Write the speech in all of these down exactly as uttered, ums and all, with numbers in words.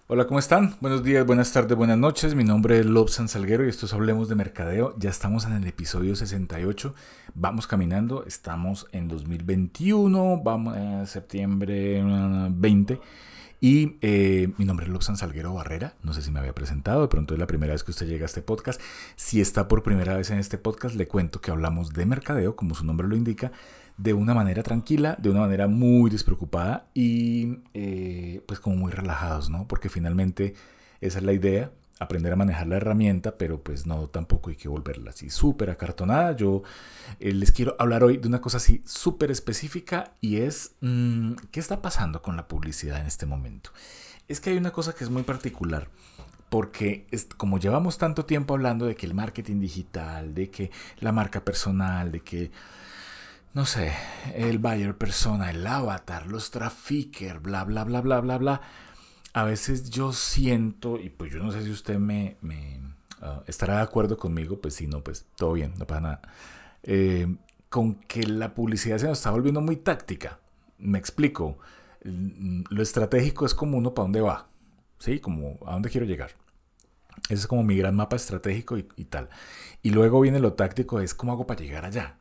Hola, ¿cómo están? Buenos días, buenas tardes, buenas noches. Mi nombre es Lobsan Salguero y esto es Hablemos de Mercadeo. Ya estamos en el episodio sesenta y ocho. Vamos caminando, estamos en dos mil veintiuno, vamos a septiembre uh, veinte. Y eh, mi nombre es Lobsan Salguero Barrera. No sé si me había presentado, de pronto es la primera vez que usted llega a este podcast. Si está por primera vez en este podcast, le cuento que hablamos de mercadeo, como su nombre lo indica, de una manera tranquila, de una manera muy despreocupada y eh, pues como muy relajados, ¿no? Porque finalmente esa es la idea, aprender a manejar la herramienta, pero pues no tampoco hay que volverla así súper acartonada. Yo eh, les quiero hablar hoy de una cosa así súper específica y es mmm, ¿qué está pasando con la publicidad en este momento? Es que hay una cosa que es muy particular. Porque es, como llevamos tanto tiempo hablando de que el marketing digital, de que la marca personal, de que no sé, el buyer persona, el avatar, los traffickers, bla, bla, bla, bla, bla, bla. A veces yo siento, y pues yo no sé si usted me, me uh, estará de acuerdo conmigo, pues si no, pues todo bien, no pasa nada. Eh, con que la publicidad se nos está volviendo muy táctica. Me explico. Lo estratégico es como uno para dónde va, ¿sí? Como a dónde quiero llegar. Ese es como mi gran mapa estratégico y, y tal. Y luego viene lo táctico, es cómo hago para llegar allá.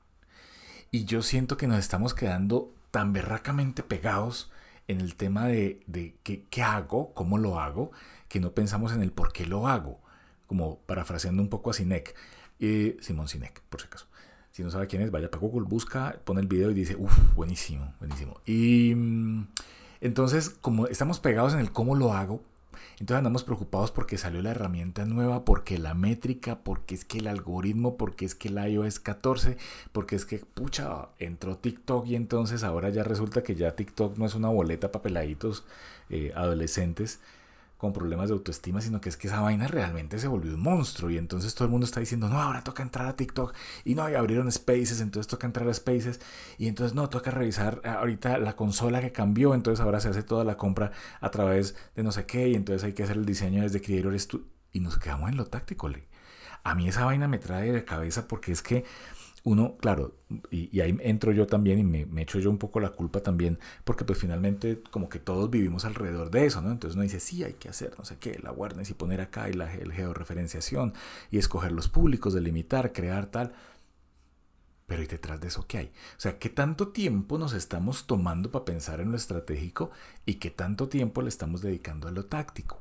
Y yo siento que nos estamos quedando tan berracamente pegados en el tema de, de qué, qué hago, cómo lo hago, que no pensamos en el por qué lo hago. Como parafraseando un poco a Sinek. Eh, Simón Sinek, por si acaso. Si no sabe quién es, vaya para Google, busca, pone el video y dice, uff, buenísimo, buenísimo. Y mm, entonces, como estamos pegados en el cómo lo hago, entonces andamos preocupados porque salió la herramienta nueva, porque la métrica, porque es que el algoritmo, porque es que el iOS catorce, porque es que, pucha, entró TikTok y entonces ahora ya resulta que ya TikTok no es una boleta para peladitos eh, adolescentes con problemas de autoestima, sino que es que esa vaina realmente se volvió un monstruo y entonces todo el mundo está diciendo, no, ahora toca entrar a TikTok y no, y abrieron Spaces, entonces toca entrar a Spaces y entonces no, toca revisar ahorita la consola que cambió, entonces ahora se hace toda la compra a través de no sé qué y entonces hay que hacer el diseño desde Creator Studio y nos quedamos en lo táctico, le. A mí esa vaina me trae de cabeza porque es que uno, claro, y, y ahí entro yo también y me, me echo yo un poco la culpa también, porque pues finalmente como que todos vivimos alrededor de eso, ¿no? Entonces uno dice, sí, hay que hacer no sé qué, la awareness y poner acá y la el georreferenciación y escoger los públicos, delimitar, crear tal. Pero ¿y detrás de eso qué hay? O sea, ¿qué tanto tiempo nos estamos tomando para pensar en lo estratégico y qué tanto tiempo le estamos dedicando a lo táctico?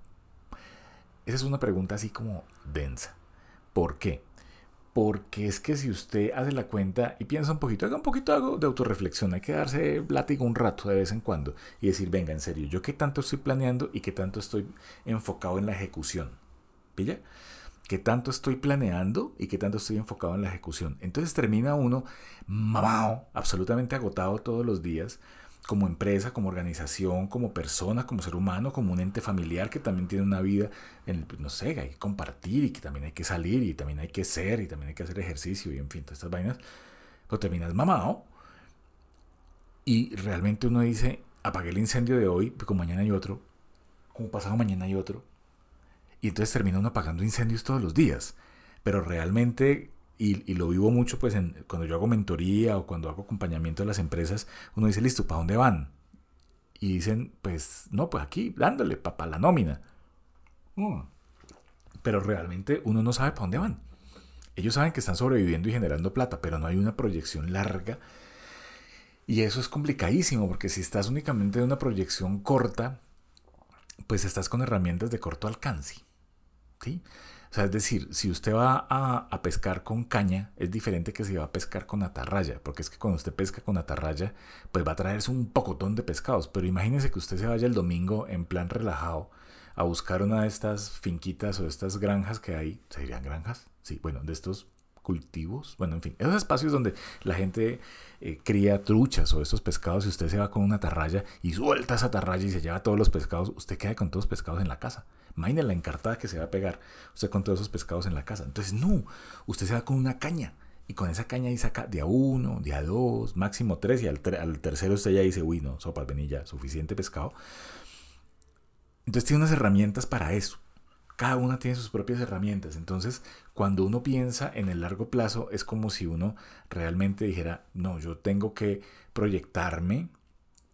Esa es una pregunta así como densa. ¿Por qué? Porque es que si usted hace la cuenta y piensa un poquito, haga un poquito de autorreflexión, hay que darse látigo un rato de vez en cuando y decir, venga, en serio, ¿yo qué tanto estoy planeando y qué tanto estoy enfocado en la ejecución? ¿Pilla? ¿Qué tanto estoy planeando y qué tanto estoy enfocado en la ejecución? Entonces termina uno mamado, absolutamente agotado todos los días, como empresa, como organización, como persona, como ser humano, como un ente familiar que también tiene una vida, en, no sé, hay que compartir y que también hay que salir y también hay que ser y también hay que hacer ejercicio y en fin, todas estas vainas. Pero terminas mamado y realmente uno dice, apagué el incendio de hoy, como mañana hay otro, como pasado mañana hay otro, y entonces termina uno apagando incendios todos los días. Pero realmente, y, y lo vivo mucho pues en, cuando yo hago mentoría o cuando hago acompañamiento de las empresas, uno dice, listo, ¿para dónde van? Y dicen, pues no, pues aquí, dándole, para pa la nómina. Mm. Pero realmente uno no sabe para dónde van. Ellos saben que están sobreviviendo y generando plata, pero no hay una proyección larga. Y eso es complicadísimo, porque si estás únicamente en una proyección corta, pues estás con herramientas de corto alcance. ¿Sí? O sea, es decir, si usted va a, a, pescar con caña, es diferente que si va a pescar con atarraya, porque es que cuando usted pesca con atarraya, pues va a traerse un pocotón de pescados, pero imagínese que usted se vaya el domingo en plan relajado a buscar una de estas finquitas o de estas granjas que hay, ¿se dirían granjas? Sí, bueno, de estos cultivos, bueno, en fin, esos espacios donde la gente eh, cría truchas o estos pescados y usted se va con una atarraya y suelta esa atarraya y se lleva todos los pescados, usted queda con todos los pescados en la casa. Imagínate la encartada que se va a pegar usted con todos esos pescados en la casa. Entonces, no, usted se va con una caña y con esa caña ahí saca de a uno, de a dos, máximo tres y al, ter al tercero usted ya dice, uy, no, sopa, vení ya, suficiente pescado. Entonces tiene unas herramientas para eso. Cada una tiene sus propias herramientas. Entonces, cuando uno piensa en el largo plazo, es como si uno realmente dijera, no, yo tengo que proyectarme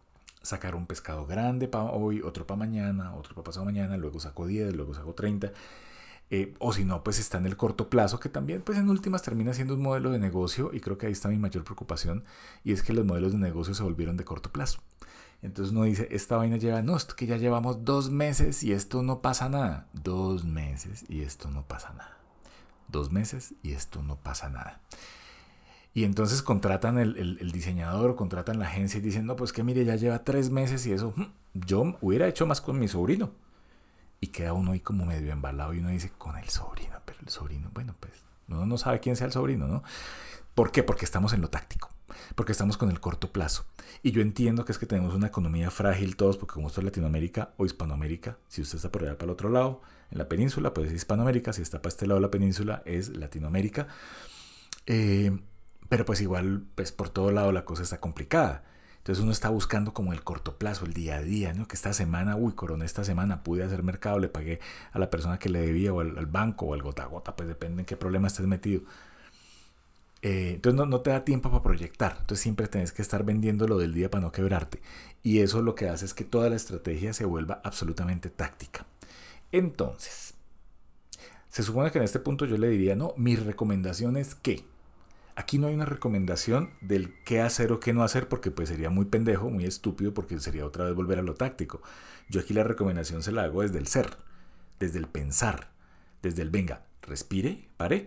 sacar un pescado grande para hoy, otro para mañana, otro para pasado mañana, luego saco diez, luego saco treinta. Eh, o si no, pues está en el corto plazo, que también pues en últimas termina siendo un modelo de negocio, y creo que ahí está mi mayor preocupación, y es que los modelos de negocio se volvieron de corto plazo. Entonces uno dice, esta vaina lleva, no, esto que ya llevamos dos meses y esto no pasa nada. Dos meses y esto no pasa nada. Dos meses y esto no pasa nada. Y entonces contratan el, el, el diseñador, contratan la agencia y dicen, no, pues que mire, ya lleva tres meses y eso, yo hubiera hecho más con mi sobrino. Y queda uno ahí como medio embalado y uno dice, con el sobrino, pero el sobrino, bueno, pues uno no sabe quién sea el sobrino, ¿no? ¿Por qué? Porque estamos en lo táctico, porque estamos con el corto plazo. Y yo entiendo que es que tenemos una economía frágil todos, porque como esto es Latinoamérica o Hispanoamérica, si usted está por allá para el otro lado, en la península, pues es Hispanoamérica, si está para este lado de la península, es Latinoamérica. Eh, pero pues igual, pues por todo lado la cosa está complicada. Entonces uno está buscando como el corto plazo, el día a día, ¿no? Que esta semana, uy, coroné esta semana, pude hacer mercado, le pagué a la persona que le debía o al, al banco o al gota a gota, pues depende en qué problema estés metido. Eh, entonces no, no te da tiempo para proyectar, entonces siempre tenés que estar vendiendo lo del día para no quebrarte. Y eso lo que hace es que toda la estrategia se vuelva absolutamente táctica. Entonces, se supone que en este punto yo le diría, no, mi recomendación es que aquí no hay una recomendación del qué hacer o qué no hacer, porque pues sería muy pendejo, muy estúpido, porque sería otra vez volver a lo táctico. Yo aquí la recomendación se la hago desde el ser, desde el pensar, desde el venga, respire, pare,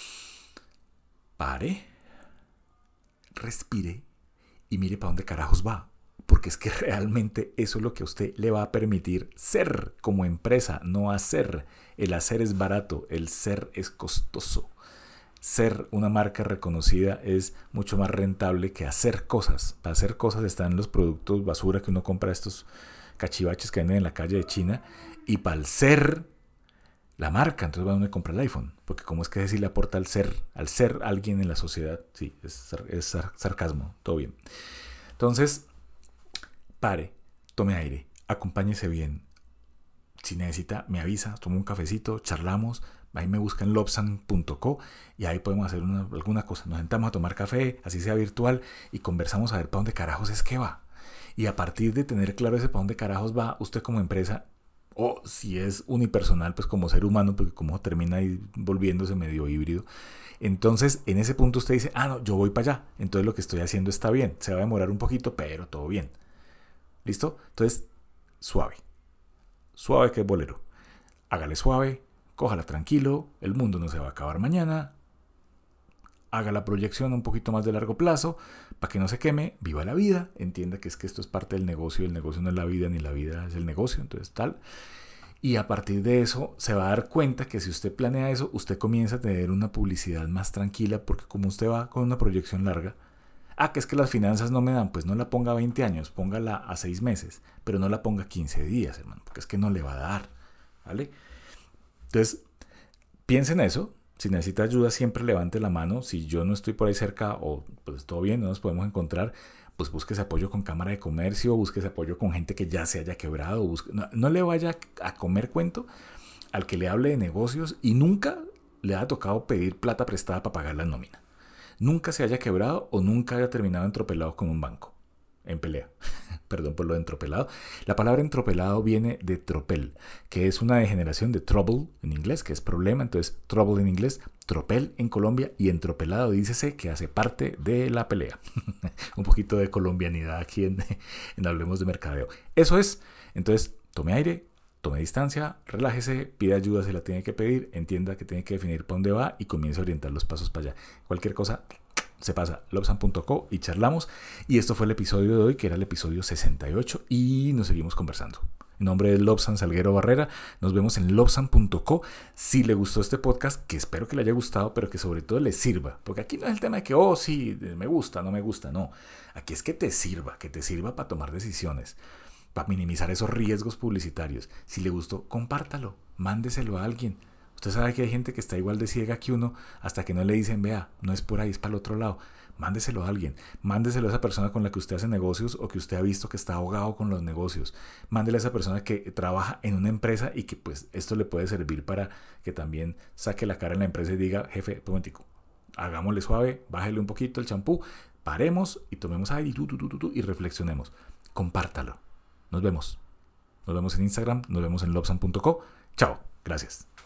pare, respire y mire para dónde carajos va. Porque es que realmente eso es lo que a usted le va a permitir ser como empresa, no hacer. El hacer es barato, el ser es costoso. Ser una marca reconocida es mucho más rentable que hacer cosas. Para hacer cosas están los productos basura que uno compra, estos cachivaches que venden en la calle de China. Y para el ser, la marca, entonces va uno a comprar el iPhone. Porque como es que decir le aporta al ser, al ser alguien en la sociedad. Sí, es, es sarcasmo, todo bien. Entonces, pare, tome aire, acompáñese bien. Si necesita, me avisa, toma un cafecito, charlamos. Ahí me busca en lobsan punto co y ahí podemos hacer una, alguna cosa. Nos sentamos a tomar café, así sea virtual, y conversamos a ver para dónde carajos es que va. Y a partir de tener claro ese para dónde carajos va, usted como empresa, o si es unipersonal, pues como ser humano, porque como termina ahí volviéndose medio híbrido, entonces en ese punto usted dice, ah, no, yo voy para allá. Entonces lo que estoy haciendo está bien. Se va a demorar un poquito, pero todo bien. ¿Listo? Entonces, suave. Suave que es bolero. Hágale suave. Cójala tranquilo, el mundo no se va a acabar mañana. Haga la proyección un poquito más de largo plazo para que no se queme, viva la vida, entienda que es que esto es parte del negocio, el negocio no es la vida ni la vida es el negocio, entonces tal. Y a partir de eso se va a dar cuenta que si usted planea eso, usted comienza a tener una publicidad más tranquila, porque como usted va con una proyección larga, ah, que es que las finanzas no me dan, pues no la ponga a veinte años, póngala a seis meses, pero no la ponga a quince días, hermano, porque es que no le va a dar, ¿vale? Entonces, piensen en eso. Si necesita ayuda, siempre levante la mano. Si yo no estoy por ahí cerca o pues todo bien, no nos podemos encontrar, pues búsquese apoyo con Cámara de Comercio, búsquese apoyo con gente que ya se haya quebrado. Busque, no, no le vaya a comer cuento al que le hable de negocios y nunca le ha tocado pedir plata prestada para pagar la nómina. Nunca se haya quebrado o nunca haya terminado entropelado con un banco. En pelea. Perdón por lo de entropelado. La palabra entropelado viene de tropel, que es una degeneración de trouble en inglés, que es problema. Entonces, trouble en inglés, tropel en Colombia, y entropelado dícese que hace parte de la pelea. Un poquito de colombianidad aquí en, en Hablemos de Mercadeo. Eso es. Entonces, tome aire, tome distancia, relájese, pida ayuda si la tiene que pedir, entienda que tiene que definir para dónde va y comience a orientar los pasos para allá. Cualquier cosa, se pasa lobsan punto co y charlamos. Y esto fue el episodio de hoy, que era el episodio sesenta y ocho, y nos seguimos conversando. En nombre de Lobsan Salguero Barrera, nos vemos en lobsan punto co. Si le gustó este podcast, que espero que le haya gustado, pero que sobre todo le sirva, porque aquí no es el tema de que, oh, sí, me gusta, no me gusta, no. Aquí es que te sirva, que te sirva para tomar decisiones, para minimizar esos riesgos publicitarios. Si le gustó, compártalo, mándeselo a alguien. Usted sabe que hay gente que está igual de ciega que uno hasta que no le dicen, vea, no es por ahí, es para el otro lado. Mándeselo a alguien. Mándeselo a esa persona con la que usted hace negocios o que usted ha visto que está ahogado con los negocios. Mándele a esa persona que trabaja en una empresa y que pues esto le puede servir para que también saque la cara en la empresa y diga, jefe, un momentico, hagámosle suave, bájele un poquito el champú, paremos y tomemos aire y, tu, tu, tu, tu, y reflexionemos. compártalo. Nos vemos. Nos vemos en Instagram, nos vemos en lobsan punto co. Chao, gracias.